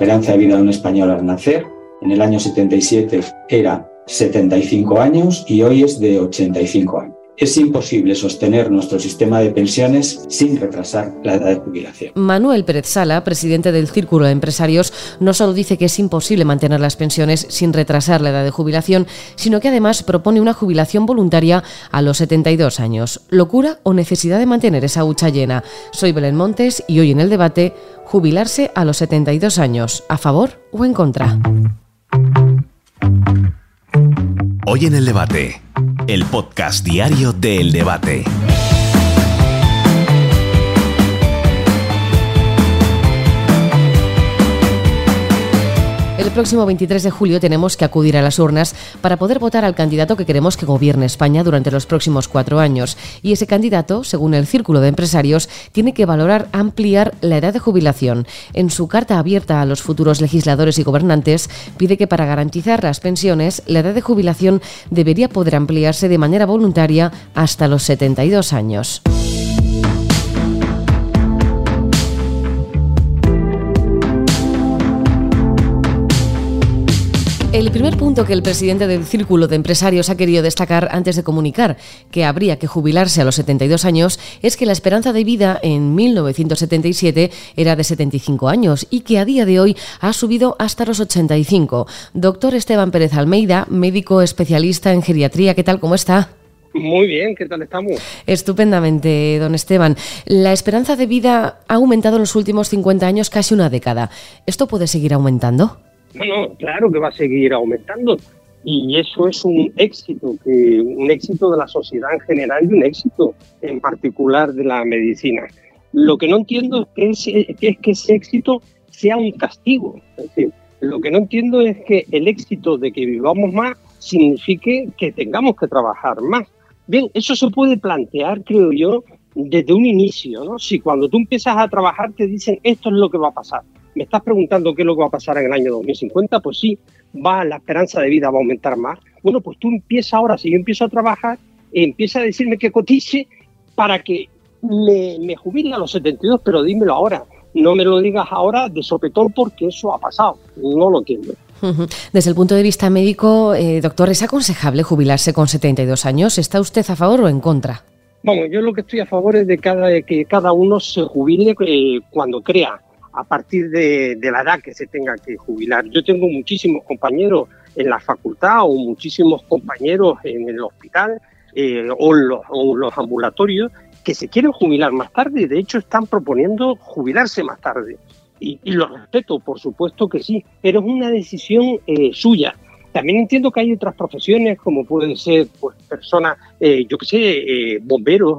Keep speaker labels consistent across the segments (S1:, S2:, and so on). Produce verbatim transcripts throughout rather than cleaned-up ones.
S1: esperanza de vida de un español al nacer en el año setenta y siete era setenta y cinco años y hoy es de ochenta y cinco años. Es imposible sostener nuestro sistema de pensiones sin retrasar la edad de jubilación.
S2: Manuel Pérez Sala, presidente del Círculo de Empresarios, no solo dice que es imposible mantener las pensiones sin retrasar la edad de jubilación, sino que además propone una jubilación voluntaria a los setenta y dos años. ¿Locura o necesidad de mantener esa hucha llena? Soy Belén Montes y hoy en el debate, jubilarse a los setenta y dos años, ¿a favor o en contra?
S3: Hoy en el debate, el podcast diario de El Debate.
S2: El próximo veintitrés de julio tenemos que acudir a las urnas para poder votar al candidato que queremos que gobierne España durante los próximos cuatro años. Y ese candidato, según el Círculo de Empresarios, tiene que valorar ampliar la edad de jubilación. En su carta abierta a los futuros legisladores y gobernantes, pide que para garantizar las pensiones, la edad de jubilación debería poder ampliarse de manera voluntaria hasta los setenta y dos años. El primer punto que el presidente del Círculo de Empresarios ha querido destacar antes de comunicar que habría que jubilarse a los setenta y dos años es que la esperanza de vida en mil novecientos setenta y siete era de setenta y cinco años y que a día de hoy ha subido hasta los ochenta y cinco. Doctor Esteban Pérez Almeida, médico especialista en geriatría, ¿qué tal? ¿Cómo está?
S4: Muy bien, ¿qué tal estamos?
S2: Estupendamente, don Esteban. La esperanza de vida ha aumentado en los últimos cincuenta años, casi una década. ¿Esto puede seguir aumentando?
S4: Bueno, claro que va a seguir aumentando y eso es un éxito, que un éxito de la sociedad en general y un éxito en particular de la medicina. Lo que no entiendo es que, es que ese éxito sea un castigo. Es decir, lo que no entiendo es que el éxito de que vivamos más signifique que tengamos que trabajar más. Bien, eso se puede plantear, creo yo, desde un inicio, ¿no? Si cuando tú empiezas a trabajar te dicen esto es lo que va a pasar. ¿Me estás preguntando qué es lo que va a pasar en el año dos mil cincuenta? Pues sí, va, la esperanza de vida va a aumentar más. Bueno, pues tú empiezas ahora, si yo empiezo a trabajar, empieza a decirme que cotice para que me, me jubile a los setenta y dos, pero dímelo ahora. No me lo digas ahora de sopetón porque eso ha pasado. No lo entiendo.
S2: Desde el punto de vista médico, eh, doctor, ¿es aconsejable jubilarse con setenta y dos años? ¿Está usted a favor o en contra?
S4: Vamos, yo lo que estoy a favor es de, cada, de que cada uno se jubile eh, cuando crea, a partir de, de la edad que se tenga que jubilar. Yo tengo muchísimos compañeros en la facultad o muchísimos compañeros en el hospital eh, o, en los, o en los ambulatorios que se quieren jubilar más tarde. De hecho, están proponiendo jubilarse más tarde. Y, y lo respeto, por supuesto que sí, pero es una decisión eh, suya. También entiendo que hay otras profesiones, como pueden ser pues, personas, eh, yo qué sé, eh, bomberos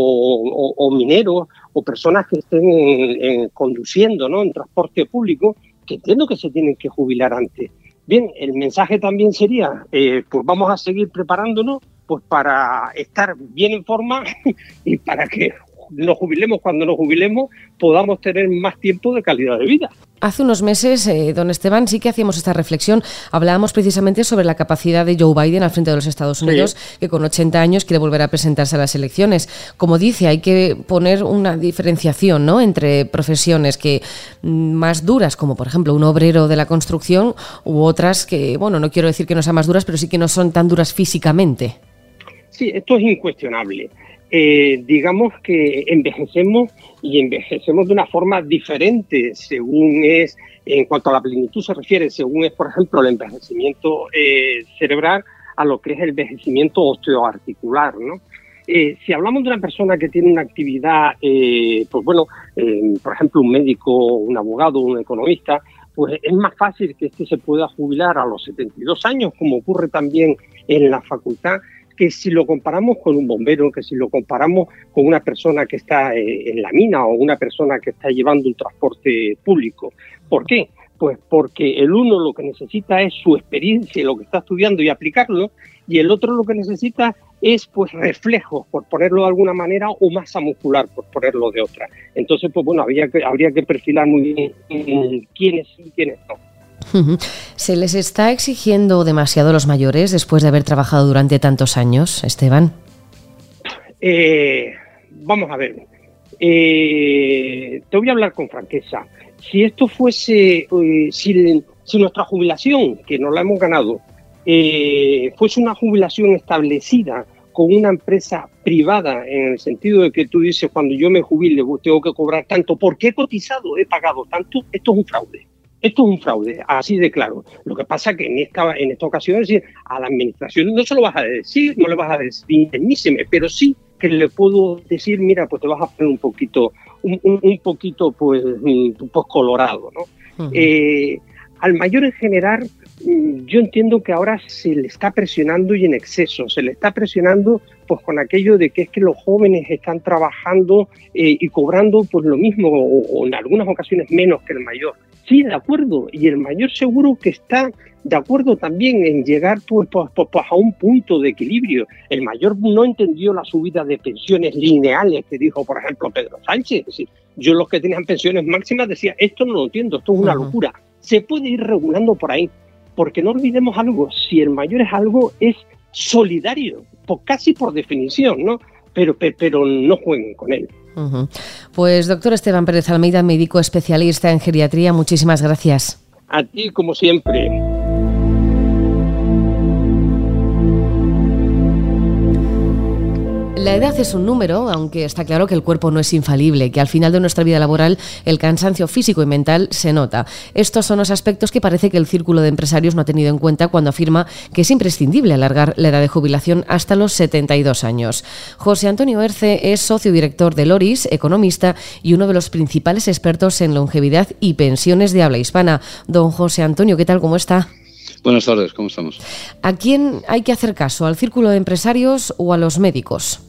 S4: o, o, o mineros, o personas que estén en, en, conduciendo, ¿no?, en transporte público, que entiendo que se tienen que jubilar antes. Bien, el mensaje también sería, eh, pues vamos a seguir preparándonos pues para estar bien en forma y para que nos jubilemos cuando nos jubilemos, podamos tener más tiempo de calidad de vida.
S2: Hace unos meses, eh, don Esteban, sí que hacíamos esta reflexión. Hablábamos precisamente sobre la capacidad de Joe Biden al frente de los Estados Unidos, sí, que con ochenta años quiere volver a presentarse a las elecciones. Como dice, hay que poner una diferenciación, ¿no?, entre profesiones que más duras, como por ejemplo un obrero de la construcción, u otras que, bueno, no quiero decir que no sean más duras, pero sí que no son tan duras físicamente.
S4: Sí, esto es incuestionable. Eh, digamos que envejecemos y envejecemos de una forma diferente según es, en cuanto a la plenitud se refiere, según es, por ejemplo, el envejecimiento eh, cerebral a lo que es el envejecimiento osteoarticular, ¿no? Eh, si hablamos de una persona que tiene una actividad, eh, pues bueno, eh, por ejemplo, un médico, un abogado, un economista, pues es más fácil que este se pueda jubilar a los setenta y dos años, como ocurre también en la facultad, que si lo comparamos con un bombero, que si lo comparamos con una persona que está eh, en la mina o una persona que está llevando un transporte público. ¿Por qué? Pues porque el uno lo que necesita es su experiencia, lo que está estudiando y aplicarlo, y el otro lo que necesita es pues reflejos, por ponerlo de alguna manera, o masa muscular, por ponerlo de otra. Entonces, pues bueno, habría que, habría que perfilar muy bien quiénes sí y quiénes no.
S2: ¿Se les está exigiendo demasiado a los mayores después de haber trabajado durante tantos años, Esteban?
S4: Eh, vamos a ver. eh, te voy a hablar con franqueza. Si esto fuese, eh, si, si nuestra jubilación, que nos la hemos ganado, eh, fuese una jubilación establecida con una empresa privada, en el sentido de que tú dices, cuando yo me jubile, tengo que cobrar tanto, porque he cotizado, he pagado tanto, esto es un fraude. Esto es un fraude, así de claro. Lo que pasa es que en esta, en esta ocasión, es decir, a la administración no se lo vas a decir, no le vas a decir indemníceme, pero sí que le puedo decir, mira, pues te vas a poner un poquito, un, un, un poquito, pues, pues colorado, ¿no? Uh-huh. Eh, al mayor en general, yo entiendo que ahora se le está presionando y en exceso, se le está presionando pues con aquello de que es que los jóvenes están trabajando eh, y cobrando pues lo mismo o, o en algunas ocasiones menos que el mayor. Sí, de acuerdo, y el mayor seguro que está de acuerdo también en llegar pues, pues, pues, a un punto de equilibrio. El mayor no entendió la subida de pensiones lineales que dijo, por ejemplo, Pedro Sánchez. Es decir, yo los que tenían pensiones máximas decía, esto no lo entiendo, esto es una uh-huh. locura. Se puede ir regulando por ahí, porque no olvidemos algo, si el mayor es algo, es solidario, pues casi por definición, ¿no? Pero, pero, pero no jueguen con él.
S2: Uh-huh. Pues doctor Esteban Pérez Almeida, médico especialista en geriatría, muchísimas gracias.
S4: A ti, como siempre.
S2: La edad es un número, aunque está claro que el cuerpo no es infalible, que al final de nuestra vida laboral el cansancio físico y mental se nota. Estos son los aspectos que parece que el Círculo de Empresarios no ha tenido en cuenta cuando afirma que es imprescindible alargar la edad de jubilación hasta los setenta y dos años. José Antonio Erce es socio director de Loris, economista y uno de los principales expertos en longevidad y pensiones de habla hispana. Don José Antonio, ¿qué tal? ¿Cómo está?
S5: Buenas tardes, ¿cómo estamos?
S2: ¿A quién hay que hacer caso? ¿Al Círculo de Empresarios o a los médicos?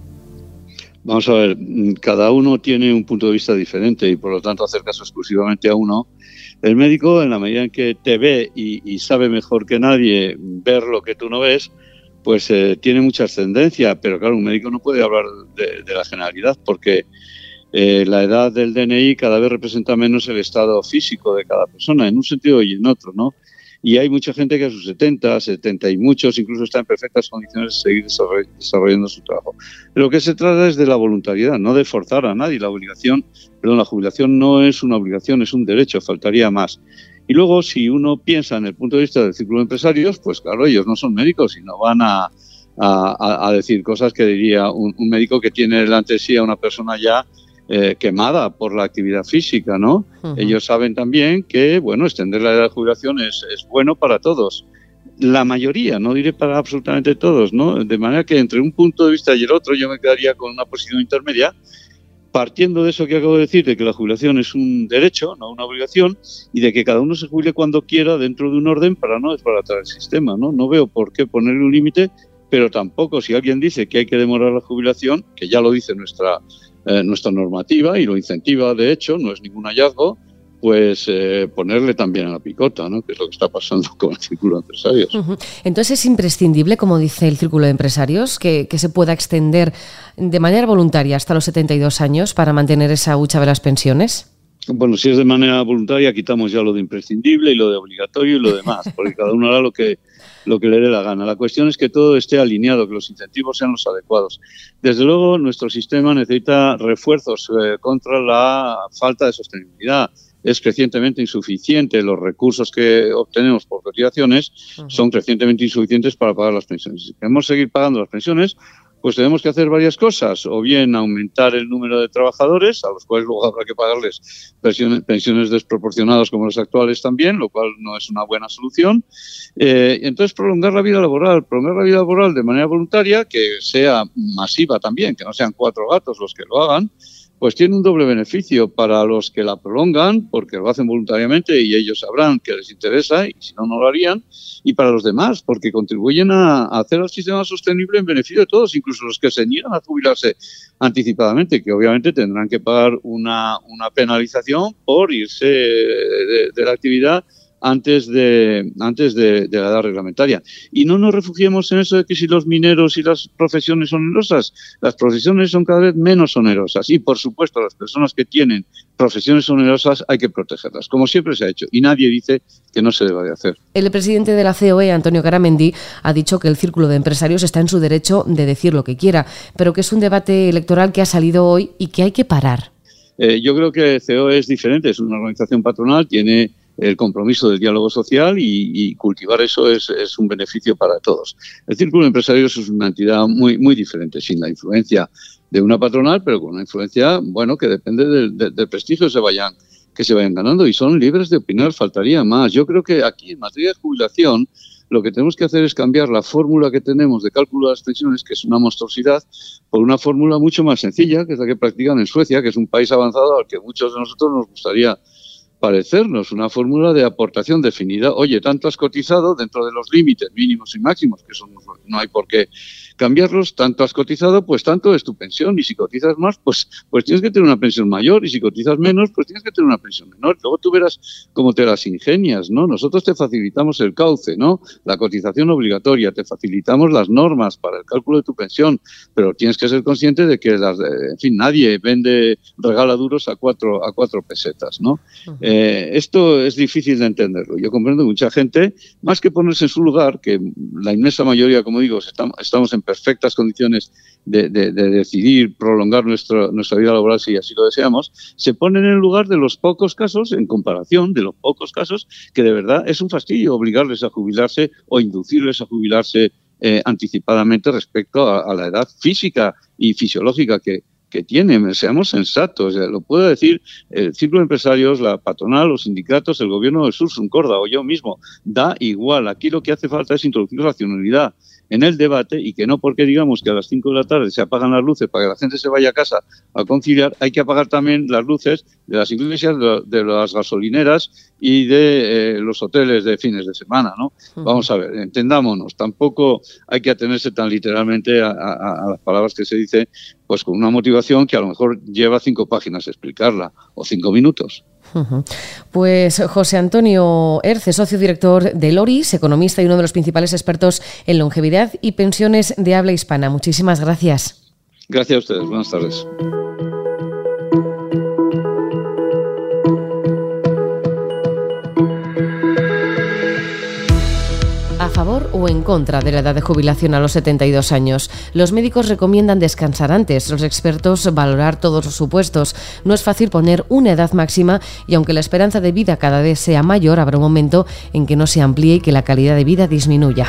S5: Vamos a ver, cada uno tiene un punto de vista diferente y por lo tanto hacer caso exclusivamente a uno. El médico, en la medida en que te ve y, y sabe mejor que nadie ver lo que tú no ves, pues eh, tiene mucha ascendencia, pero claro, un médico no puede hablar de, de la generalidad porque eh, la edad del D N I cada vez representa menos el estado físico de cada persona, en un sentido y en otro, ¿no? Y hay mucha gente que a sus setenta, setenta y muchos incluso está en perfectas condiciones de seguir desarrollando su trabajo. Lo que se trata es de la voluntariedad, no de forzar a nadie. La obligación, perdón, la jubilación no es una obligación, es un derecho, faltaría más. Y luego, si uno piensa en el punto de vista del Círculo de Empresarios, pues claro, ellos no son médicos y no van a, a, a decir cosas que diría un, un médico que tiene delante de sí a una persona ya Eh, quemada por la actividad física, ¿no? Uh-huh. Ellos saben también que, bueno, extender la edad de jubilación es, es bueno para todos. La mayoría, no diré para absolutamente todos, ¿no? De manera que entre un punto de vista y el otro yo me quedaría con una posición intermedia, partiendo de eso que acabo de decir, de que la jubilación es un derecho, no una obligación, y de que cada uno se jubile cuando quiera dentro de un orden para no desbaratar el sistema, ¿no? No veo por qué ponerle un límite, pero tampoco si alguien dice que hay que demorar la jubilación, que ya lo dice nuestra Eh, nuestra normativa y lo incentiva, de hecho, no es ningún hallazgo, pues eh, ponerle también a la picota, ¿no? Que es lo que está pasando con el Círculo de Empresarios.
S2: Uh-huh. Entonces es imprescindible, como dice el Círculo de Empresarios, que, que se pueda extender de manera voluntaria hasta los setenta y dos años para mantener esa hucha de las pensiones.
S5: Bueno, si es de manera voluntaria, quitamos ya lo de imprescindible y lo de obligatorio y lo demás, porque cada uno hará lo que lo que le dé la gana. La cuestión es que todo esté alineado, que los incentivos sean los adecuados. Desde luego, nuestro sistema necesita refuerzos eh, contra la falta de sostenibilidad. Es crecientemente insuficiente. Los recursos que obtenemos por cotizaciones uh-huh. son crecientemente insuficientes para pagar las pensiones. Si queremos seguir pagando las pensiones, pues tenemos que hacer varias cosas, o bien aumentar el número de trabajadores, a los cuales luego habrá que pagarles pensiones, pensiones desproporcionadas como las actuales también, lo cual no es una buena solución. Eh, entonces, prolongar la vida laboral, prolongar la vida laboral de manera voluntaria, que sea masiva también, que no sean cuatro gatos los que lo hagan, pues tiene un doble beneficio para los que la prolongan, porque lo hacen voluntariamente y ellos sabrán que les interesa, y si no, no lo harían, y para los demás, porque contribuyen a, a hacer el sistema sostenible en beneficio de todos, incluso los que se niegan a jubilarse anticipadamente, que obviamente tendrán que pagar una, una penalización por irse de, de la actividad antes de antes de, de la edad reglamentaria. Y no nos refugiemos en eso de que si los mineros y las profesiones son onerosas. Las profesiones son cada vez menos onerosas y, por supuesto, las personas que tienen profesiones onerosas hay que protegerlas, como siempre se ha hecho, y nadie dice que no se deba de hacer.
S2: El presidente de la C O E, Antonio Garamendi, ha dicho que el Círculo de Empresarios está en su derecho de decir lo que quiera, pero que es un debate electoral que ha salido hoy y que hay que parar.
S5: Eh, yo creo que C O E es diferente, es una organización patronal, tiene el compromiso del diálogo social y, y cultivar eso es, es un beneficio para todos. El Círculo de Empresarios es una entidad muy, muy diferente, sin la influencia de una patronal, pero con una influencia, bueno, que depende del, del, del prestigio que se vayan que se vayan ganando y son libres de opinar, faltaría más. Yo creo que aquí en materia de jubilación lo que tenemos que hacer es cambiar la fórmula que tenemos de cálculo de las pensiones, que es una monstruosidad, por una fórmula mucho más sencilla, que es la que practican en Suecia, que es un país avanzado al que muchos de nosotros nos gustaría parecernos, una fórmula de aportación definida. Oye, tanto has cotizado dentro de los límites mínimos y máximos, que eso no, no hay por qué cambiarlos, tanto has cotizado, pues tanto es tu pensión, y si cotizas más, pues, pues tienes que tener una pensión mayor, y si cotizas menos, pues tienes que tener una pensión menor. Luego tú verás cómo te las ingenias, ¿no? Nosotros te facilitamos el cauce, ¿no? La cotización obligatoria, te facilitamos las normas para el cálculo de tu pensión, pero tienes que ser consciente de que, las, en fin, nadie vende, regala duros a cuatro, a cuatro pesetas, ¿no? Uh-huh. Eh, esto es difícil de entenderlo. Yo comprendo que mucha gente, más que ponerse en su lugar, que la inmensa mayoría, como digo, estamos, estamos en perfectas condiciones de, de, de decidir prolongar nuestro, nuestra vida laboral si así lo deseamos, se ponen en el lugar de los pocos casos, en comparación de los pocos casos, que de verdad es un fastidio obligarles a jubilarse o inducirles a jubilarse eh, anticipadamente respecto a, a la edad física y fisiológica que, que tienen. Seamos sensatos, lo puedo decir el Círculo de Empresarios, la patronal, los sindicatos, el gobierno de Sursum Corda o yo mismo, da igual. Aquí lo que hace falta es introducir racionalidad en el debate y que no porque digamos que a las cinco de la tarde se apagan las luces para que la gente se vaya a casa a conciliar, hay que apagar también las luces de las iglesias, de, de las gasolineras y de eh, los hoteles de fines de semana, ¿no? Uh-huh. Vamos a ver, entendámonos, tampoco hay que atenerse tan literalmente a, a, a las palabras que se dice, pues con una motivación que a lo mejor lleva cinco páginas explicarla o cinco minutos.
S2: Uh-huh. Pues José Antonio Erce, socio director de Loris, economista y uno de los principales expertos en longevidad y pensiones de habla hispana. Muchísimas gracias.
S5: Gracias a ustedes. Buenas tardes.
S2: ¿A favor o en contra de la edad de jubilación a los setenta y dos años? Los médicos recomiendan descansar antes, los expertos valorar todos los supuestos. No es fácil poner una edad máxima y aunque la esperanza de vida cada vez sea mayor, habrá un momento en que no se amplíe y que la calidad de vida disminuya.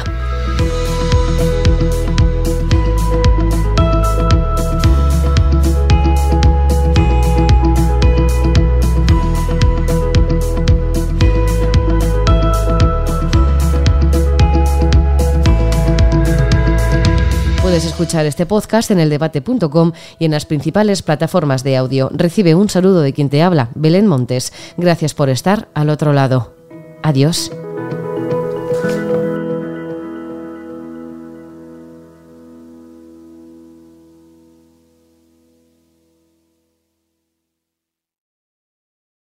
S2: Puedes escuchar este podcast en el debate punto com y en las principales plataformas de audio. Recibe un saludo de quien te habla, Belén Montes. Gracias por estar al otro lado. Adiós.